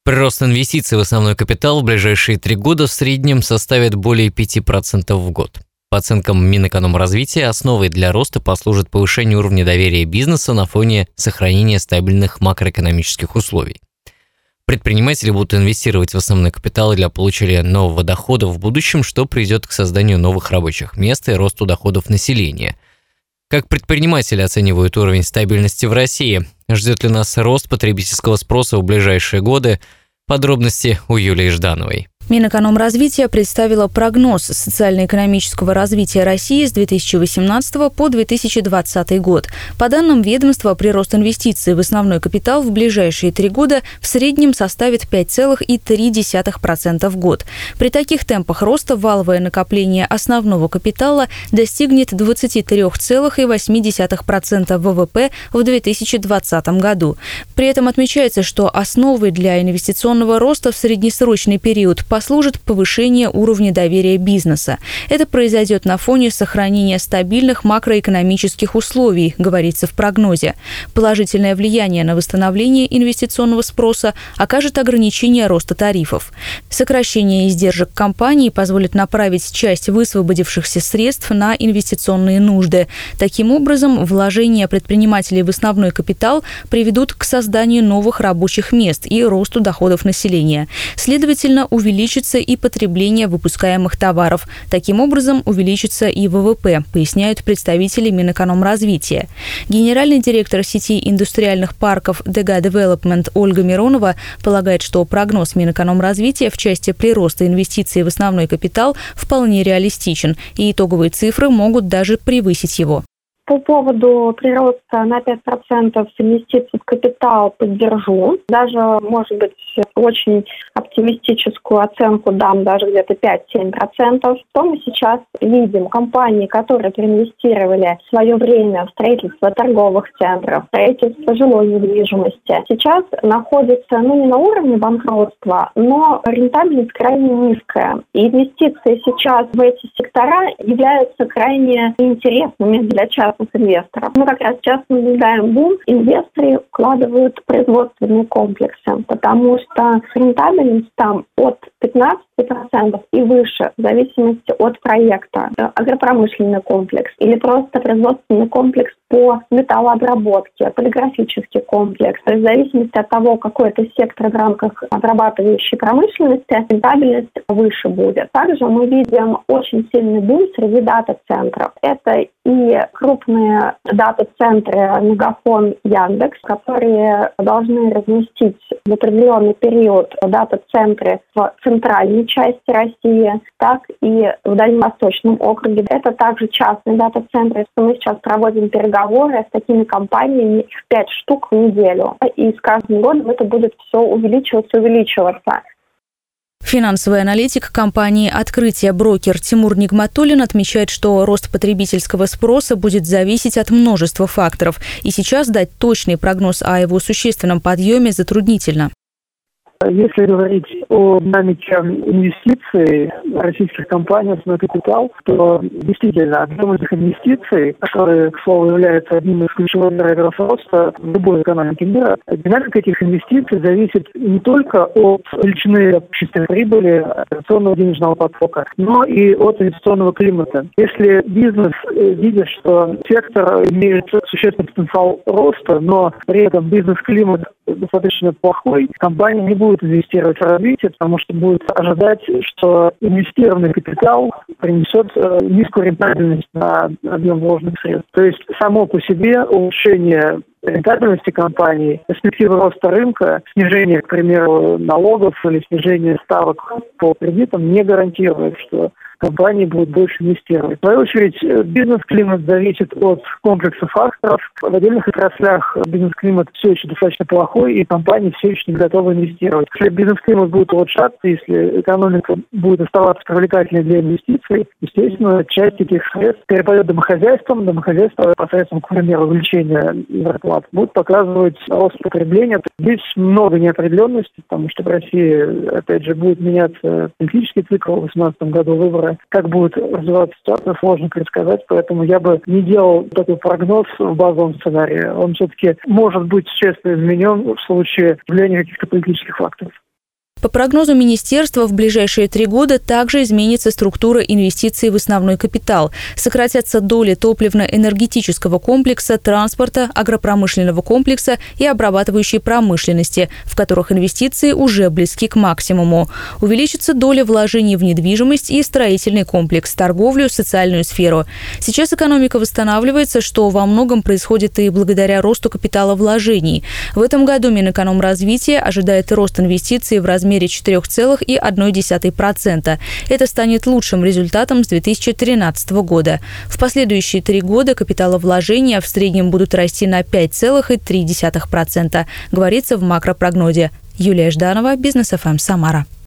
Прирост инвестиций в основной капитал в ближайшие 3 года в среднем составит более 5% в год. По оценкам Минэкономразвития, основой для роста послужит повышение уровня доверия бизнеса на фоне сохранения стабильных макроэкономических условий. Предприниматели будут инвестировать в основной капитал для получения нового дохода в будущем, что приведет к созданию новых рабочих мест и росту доходов населения. Как предприниматели оценивают уровень стабильности в России? Ждет ли нас рост потребительского спроса в ближайшие годы? Подробности у Юлии Ждановой. Минэкономразвития представила прогноз социально-экономического развития России с 2018 по 2020 год. По данным ведомства, прирост инвестиций в основной капитал в ближайшие 3 года в среднем составит 5,3% в год. При таких темпах роста валовое накопление основного капитала достигнет 23,8% ВВП в 2020 году. При этом отмечается, что основой для инвестиционного роста в среднесрочный период послужит повышение уровня доверия бизнеса. Это произойдет на фоне сохранения стабильных макроэкономических условий, говорится в прогнозе. Положительное влияние на восстановление инвестиционного спроса окажет ограничение роста тарифов. Сокращение издержек компаний позволит направить часть высвободившихся средств на инвестиционные нужды. Таким образом, вложения предпринимателей в основной капитал приведут к созданию новых рабочих мест и росту доходов населения. Следовательно, увеличится и потребление выпускаемых товаров. Таким образом, увеличится и ВВП, поясняют представители Минэкономразвития. Генеральный директор сети индустриальных парков ДГ Development Ольга Миронова полагает, что прогноз Минэкономразвития в части прироста инвестиций в основной капитал вполне реалистичен, и итоговые цифры могут даже превысить его. По поводу прироста на 5% инвестиций в капитал поддержу. Даже, может быть, очень оптимистическую оценку дам, даже где-то 5-7%. Что мы сейчас видим? Компании, которые проинвестировали в свое время в строительство торговых центров, строительство жилой недвижимости, сейчас находятся, не на уровне банкротства, но рентабельность крайне низкая. И инвестиции сейчас в эти сектора являются крайне интересными для частных инвесторов. Мы как раз сейчас наблюдаем бум. Инвесторы вкладывают в производственные комплексы, потому что рентабельность там от 15% и выше, в зависимости от проекта. Агропромышленный комплекс или просто производственный комплекс по металлообработке, полиграфический комплекс. То есть в зависимости от того, какой это сектор в рамках обрабатывающей промышленности, рентабельность выше будет. Также мы видим очень сильный бум среди дата-центров. Это и крупные дата-центры Мегафон, Яндекс, которые должны разместить в определенный период дата-центры в центральной части России, так и в Дальневосточном округе. Это также частные дата-центры. Мы сейчас проводим переговоры с такими компаниями, их 5 штук в неделю. И с каждым годом это будет все увеличиваться. Финансовый аналитик компании «Открытие Брокер» Тимур Нигматуллин отмечает, что рост потребительского спроса будет зависеть от множества факторов. И сейчас дать точный прогноз о его существенном подъеме затруднительно. Если говорить о динамике инвестиций российских компаний в свой капитал, то действительно объем этих инвестиций, которые, к слову, являются одним из ключевых драйверов роста в любой экономике мира, динамика этих инвестиций зависит не только от величины общественной прибыли, операционного денежного потока, но и от инвестиционного климата. Если бизнес видит, что сектор имеет существенный потенциал роста, но при этом бизнес-климат достаточно плохой, компания не будет инвестировать в развитие, потому что будет ожидать, что инвестированный капитал принесет низкую рентабельность на объем вложенных средств. То есть само по себе улучшение рентабельности компании, перспективы роста рынка, снижение, к примеру, налогов или снижение ставок по кредитам не гарантирует, что компании будут больше инвестировать. В свою очередь, бизнес-климат зависит от комплекса факторов. В отдельных отраслях бизнес-климат все еще достаточно плохой, и компании все еще не готовы инвестировать. Если бизнес-климат будет улучшаться, если экономика будет оставаться привлекательной для инвестиций, естественно, часть этих средств перепадет домохозяйствам. Домохозяйства посредством, к примеру, увеличения зарплат будут показывать рост потребления. Здесь много неопределенности, потому что в России, опять же, будет меняться политический цикл в 2018 году, выборы. Как будет развиваться ситуация, сложно предсказать, поэтому я бы не делал такой прогноз в базовом сценарии. Он все-таки может быть существенно изменен в случае влияния каких-то политических факторов. По прогнозу министерства, в ближайшие 3 года также изменится структура инвестиций в основной капитал. Сократятся доли топливно-энергетического комплекса, транспорта, агропромышленного комплекса и обрабатывающей промышленности, в которых инвестиции уже близки к максимуму. Увеличится доля вложений в недвижимость и строительный комплекс, торговлю, социальную сферу. Сейчас экономика восстанавливается, что во многом происходит и благодаря росту капитала вложений. В этом году Минэкономразвития ожидает рост инвестиций в размере 4,1%. Это станет лучшим результатом с 2013 года. В последующие 3 года капиталовложения в среднем будут расти на 5,3%, говорится в макропрогнозе. Юлия Жданова, Бизнес ФМ, Самара.